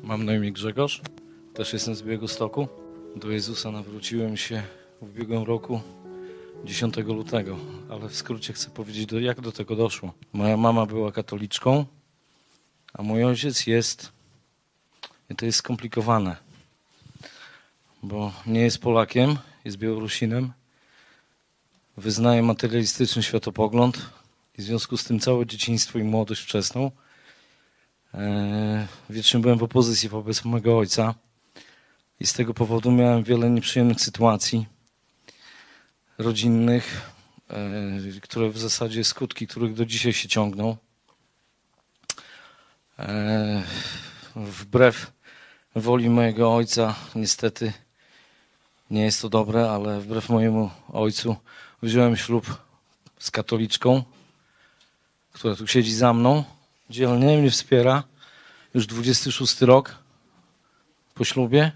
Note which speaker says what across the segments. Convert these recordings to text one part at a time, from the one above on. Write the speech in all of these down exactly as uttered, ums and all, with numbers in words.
Speaker 1: Mam na imię Grzegorz, też jestem z Białegostoku. Do Jezusa nawróciłem się w ubiegłym roku, dziesiątego lutego, ale w skrócie chcę powiedzieć, do, jak do tego doszło. Moja mama była katoliczką, a mój ojciec jest, i to jest skomplikowane, bo nie jest Polakiem, jest Białorusinem, wyznaje materialistyczny światopogląd i w związku z tym całe dzieciństwo i młodość wczesną e, wiecznie byłem w opozycji wobec mojego ojca i z tego powodu miałem wiele nieprzyjemnych sytuacji rodzinnych, e, które w zasadzie skutki, których do dzisiaj się ciągną. E, wbrew woli mojego ojca, niestety nie jest to dobre, ale wbrew mojemu ojcu wziąłem ślub z katoliczką, która tu siedzi za mną, dzielnie mnie wspiera, już dwudziesty szósty rok po ślubie.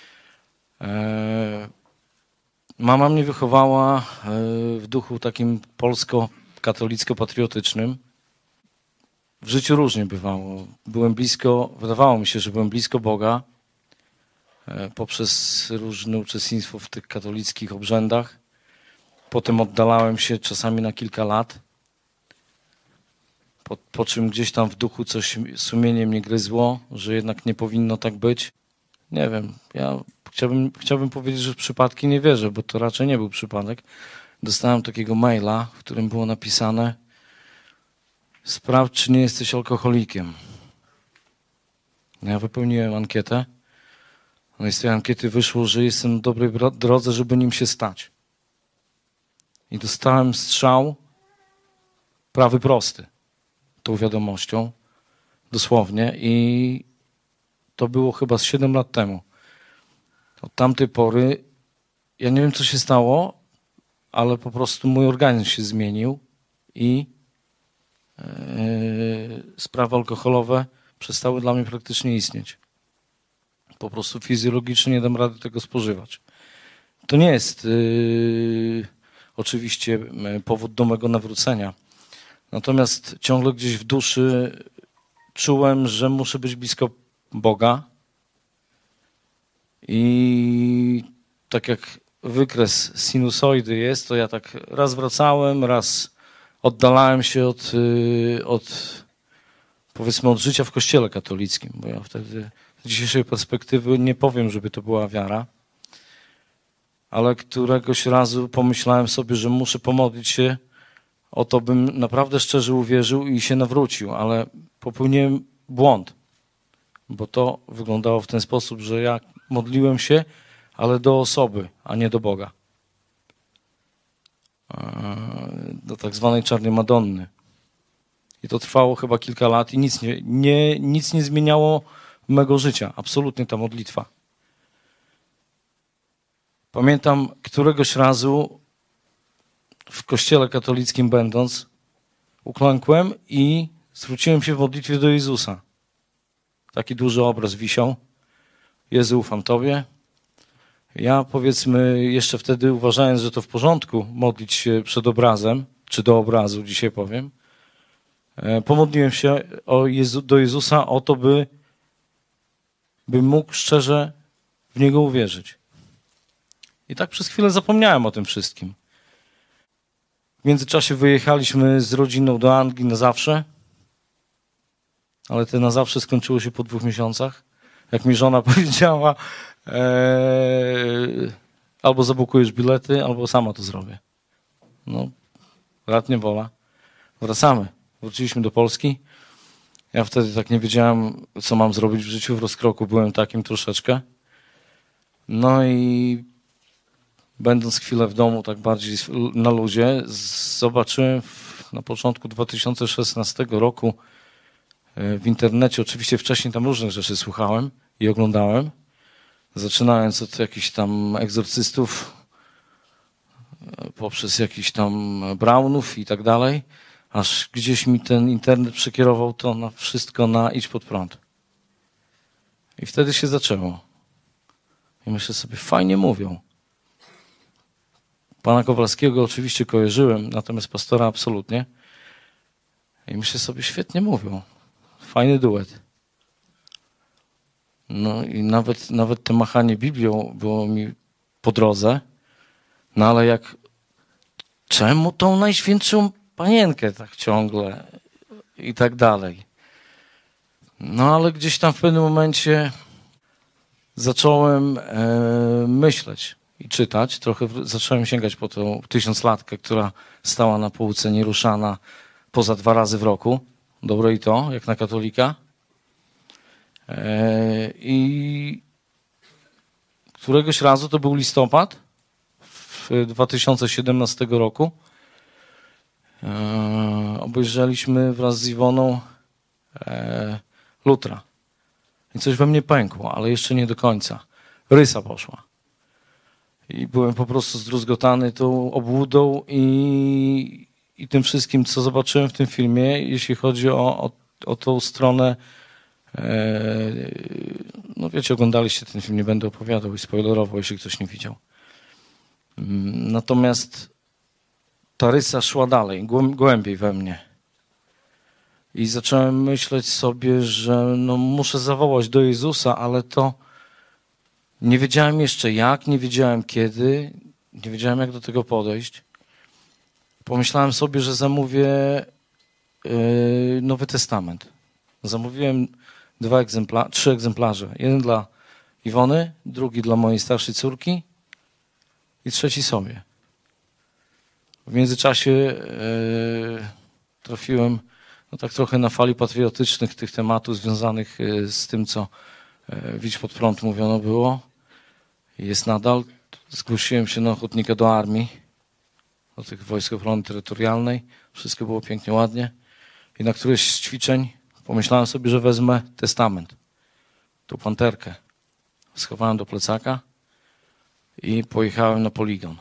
Speaker 1: E, mama mnie wychowała e, w duchu takim polsko-katolicko-patriotycznym. W życiu różnie bywało. Byłem blisko, wydawało mi się, że byłem blisko Boga e, poprzez różne uczestnictwo w tych katolickich obrzędach. Potem oddalałem się czasami na kilka lat, po, po czym gdzieś tam w duchu coś sumienie mnie gryzło, że jednak nie powinno tak być. Nie wiem, ja chciałbym, chciałbym powiedzieć, że w przypadki nie wierzę, bo to raczej nie był przypadek. Dostałem takiego maila, w którym było napisane: sprawdź, czy nie jesteś alkoholikiem. Ja wypełniłem ankietę, no i z tej ankiety wyszło, że jestem na dobrej drodze, żeby nim się stać. I dostałem strzał prawy prosty tą wiadomością, dosłownie, i to było chyba z siedem lat temu. Od tamtej pory, ja nie wiem, co się stało, ale po prostu mój organizm się zmienił i yy, sprawy alkoholowe przestały dla mnie praktycznie istnieć. Po prostu fizjologicznie nie dam rady tego spożywać. To nie jest yy, oczywiście powód do mego nawrócenia. Natomiast ciągle gdzieś w duszy czułem, że muszę być blisko Boga i tak jak wykres sinusoidy jest, to ja tak raz wracałem, raz oddalałem się od, od powiedzmy od życia w kościele katolickim, bo ja wtedy z dzisiejszej perspektywy nie powiem, żeby to była wiara, ale któregoś razu pomyślałem sobie, że muszę pomodlić się o to, bym naprawdę szczerze uwierzył i się nawrócił, ale popełniłem błąd, bo to wyglądało w ten sposób, że ja modliłem się, ale do osoby, a nie do Boga. Do tak zwanej czarnej Madonny. I to trwało chyba kilka lat i nic nie, nie, nic nie zmieniało mego życia. Absolutnie ta modlitwa. Pamiętam któregoś razu w kościele katolickim będąc, uklękłem i zwróciłem się w modlitwie do Jezusa. Taki duży obraz wisiał. Jezu, ufam Tobie. Ja, powiedzmy, jeszcze wtedy uważając, że to w porządku modlić się przed obrazem, czy do obrazu, dzisiaj powiem, pomodliłem się o Jezu, do Jezusa o to, by, by mógł szczerze w Niego uwierzyć. I tak przez chwilę zapomniałem o tym wszystkim. W międzyczasie wyjechaliśmy z rodziną do Anglii na zawsze, ale te na zawsze skończyło się po dwóch miesiącach. Jak mi żona powiedziała, ee, albo zabukujesz bilety, albo sama to zrobię. No, rat nie wola. Wracamy. Wróciliśmy do Polski. Ja wtedy tak nie wiedziałem, co mam zrobić w życiu. W rozkroku byłem takim troszeczkę. No i będąc chwilę w domu, tak bardziej na luzie, zobaczyłem w, na początku dwa tysiące szesnastego roku w internecie, oczywiście wcześniej tam różne rzeczy słuchałem i oglądałem, zaczynając od jakichś tam egzorcystów, poprzez jakichś tam Brownów i tak dalej, aż gdzieś mi ten internet przekierował to na wszystko na idź pod prąd. I wtedy się zaczęło. I myślę sobie, fajnie mówią. Pana Kowalskiego oczywiście kojarzyłem, natomiast pastora absolutnie. I myślę sobie, świetnie mówią. Fajny duet. No i nawet, nawet te machanie Biblią było mi po drodze. No ale jak, czemu tą Najświętszą Panienkę tak ciągle i tak dalej. No ale gdzieś tam w pewnym momencie zacząłem e, myśleć i czytać. Trochę w, zacząłem sięgać po tą tysiąclatkę, która stała na półce nieruszana poza dwa razy w roku. Dobre i to, jak na katolika. E, I któregoś razu, to był listopad w dwa tysiące siedemnastego roku, e, obejrzeliśmy wraz z Iwoną e, Lutra. I coś we mnie pękło, ale jeszcze nie do końca. Rysa poszła. I byłem po prostu zdruzgotany tą obłudą i, i tym wszystkim, co zobaczyłem w tym filmie, jeśli chodzi o, o, o tą stronę. E, no wiecie, oglądaliście ten film, nie będę opowiadał i spoilerował, jeśli ktoś nie widział. Natomiast ta rysa szła dalej, głębiej we mnie. I zacząłem myśleć sobie, że no muszę zawołać do Jezusa, ale to nie wiedziałem jeszcze jak, nie wiedziałem kiedy, nie wiedziałem jak do tego podejść. Pomyślałem sobie, że zamówię yy, Nowy Testament. Zamówiłem dwa egzemplarze, trzy egzemplarze. Jeden dla Iwony, drugi dla mojej starszej córki i trzeci sobie. W międzyczasie yy, trafiłem no tak trochę na fali patriotycznych tych tematów związanych z tym, co Widź pod prąd mówiono było. Jest nadal. Zgłosiłem się na ochotnika do armii, do tych Wojsk Obrony Terytorialnej. Wszystko było pięknie, ładnie. I na któreś z ćwiczeń pomyślałem sobie, że wezmę testament. Tą panterkę. Schowałem do plecaka i pojechałem na poligon.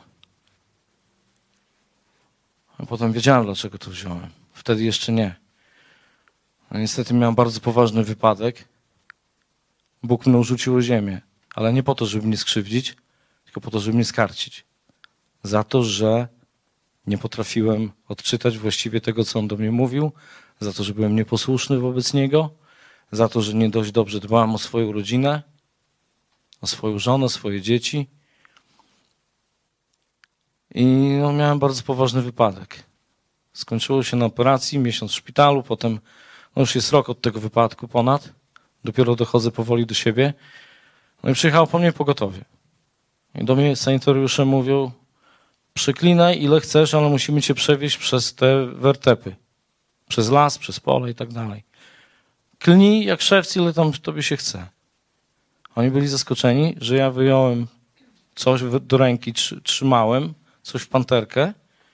Speaker 1: A potem wiedziałem, dlaczego to wziąłem. Wtedy jeszcze nie. No niestety miałem bardzo poważny wypadek. Bóg mnie rzucił o ziemię, ale nie po to, żeby mnie skrzywdzić, tylko po to, żeby mnie skarcić. Za to, że nie potrafiłem odczytać właściwie tego, co On do mnie mówił, za to, że byłem nieposłuszny wobec Niego, za to, że nie dość dobrze dbałem o swoją rodzinę, o swoją żonę, swoje dzieci. I no, miałem bardzo poważny wypadek. Skończyło się na operacji, miesiąc w szpitalu, potem no już jest rok od tego wypadku ponad. Dopiero dochodzę powoli do siebie. No i przyjechało po mnie pogotowie. I do mnie sanitariusze mówią, przeklinaj ile chcesz, ale musimy cię przewieźć przez te wertepy. Przez las, przez pole i tak dalej. Klnij jak szewc, ile tam tobie się chce. Oni byli zaskoczeni, że ja wyjąłem coś do ręki, trzymałem, coś w panterkę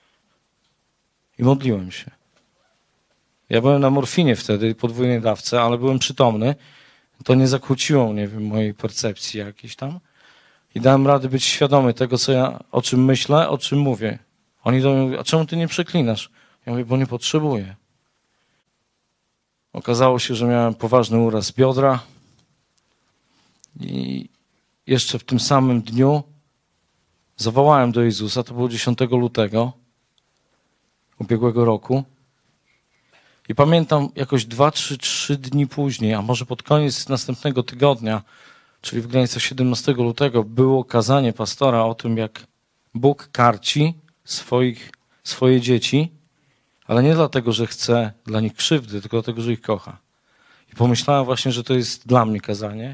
Speaker 1: i modliłem się. Ja byłem na morfinie wtedy, podwójnej dawce, ale byłem przytomny. To nie zakłóciło, nie wiem, mojej percepcji jakiejś tam. I dałem radę być świadomy tego, co ja, o czym myślę, o czym mówię. Oni do mnie mówią, a czemu ty nie przeklinasz? Ja mówię, bo nie potrzebuję. Okazało się, że miałem poważny uraz biodra i jeszcze w tym samym dniu zawołałem do Jezusa, to było dziesiątego lutego ubiegłego roku. I pamiętam jakoś dwa, trzy, trzy dni później, a może pod koniec następnego tygodnia, czyli w granicach siedemnastego lutego, było kazanie pastora o tym, jak Bóg karci swoich, swoje dzieci, ale nie dlatego, że chce dla nich krzywdy, tylko dlatego, że ich kocha. I pomyślałem właśnie, że to jest dla mnie kazanie.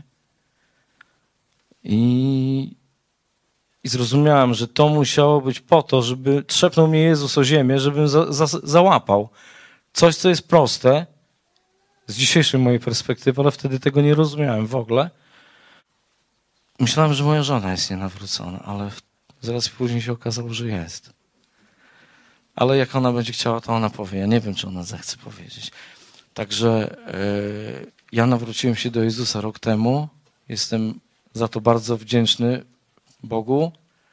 Speaker 1: I, i zrozumiałem, że to musiało być po to, żeby trzepnął mnie Jezus o ziemię, żebym za, za, załapał. Coś, co jest proste, z dzisiejszej mojej perspektywy, ale wtedy tego nie rozumiałem w ogóle. Myślałem, że moja żona jest nienawrócona, ale zaraz później się okazało, że jest. Ale jak ona będzie chciała, to ona powie. Ja nie wiem, czy ona zechce powiedzieć. Także yy, ja nawróciłem się do Jezusa rok temu. Jestem za to bardzo wdzięczny Bogu.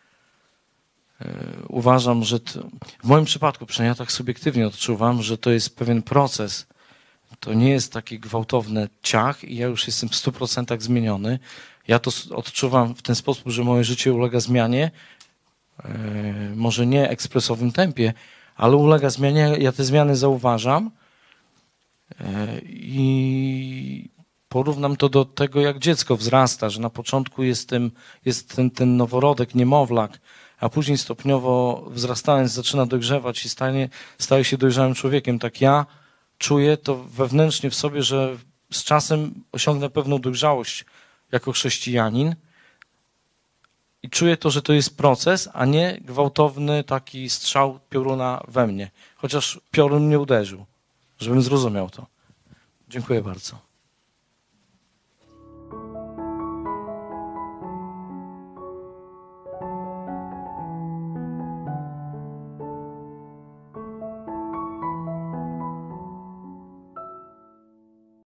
Speaker 1: Uważam, że to, w moim przypadku, przynajmniej ja tak subiektywnie odczuwam, że to jest pewien proces. To nie jest taki gwałtowny ciach i ja już jestem w stu procentach zmieniony. Ja to odczuwam w ten sposób, że moje życie ulega zmianie. Może nie ekspresowym tempie, ale ulega zmianie. Ja te zmiany zauważam i porównam to do tego, jak dziecko wzrasta, że na początku jest, tym, jest ten, ten noworodek, niemowlak, a później stopniowo wzrastając zaczyna dojrzewać i staje, staje się dojrzałym człowiekiem. Tak ja czuję to wewnętrznie w sobie, że z czasem osiągnę pewną dojrzałość jako chrześcijanin i czuję to, że to jest proces, a nie gwałtowny taki strzał pioruna we mnie. Chociaż piorun mnie uderzył, żebym zrozumiał to. Dziękuję bardzo.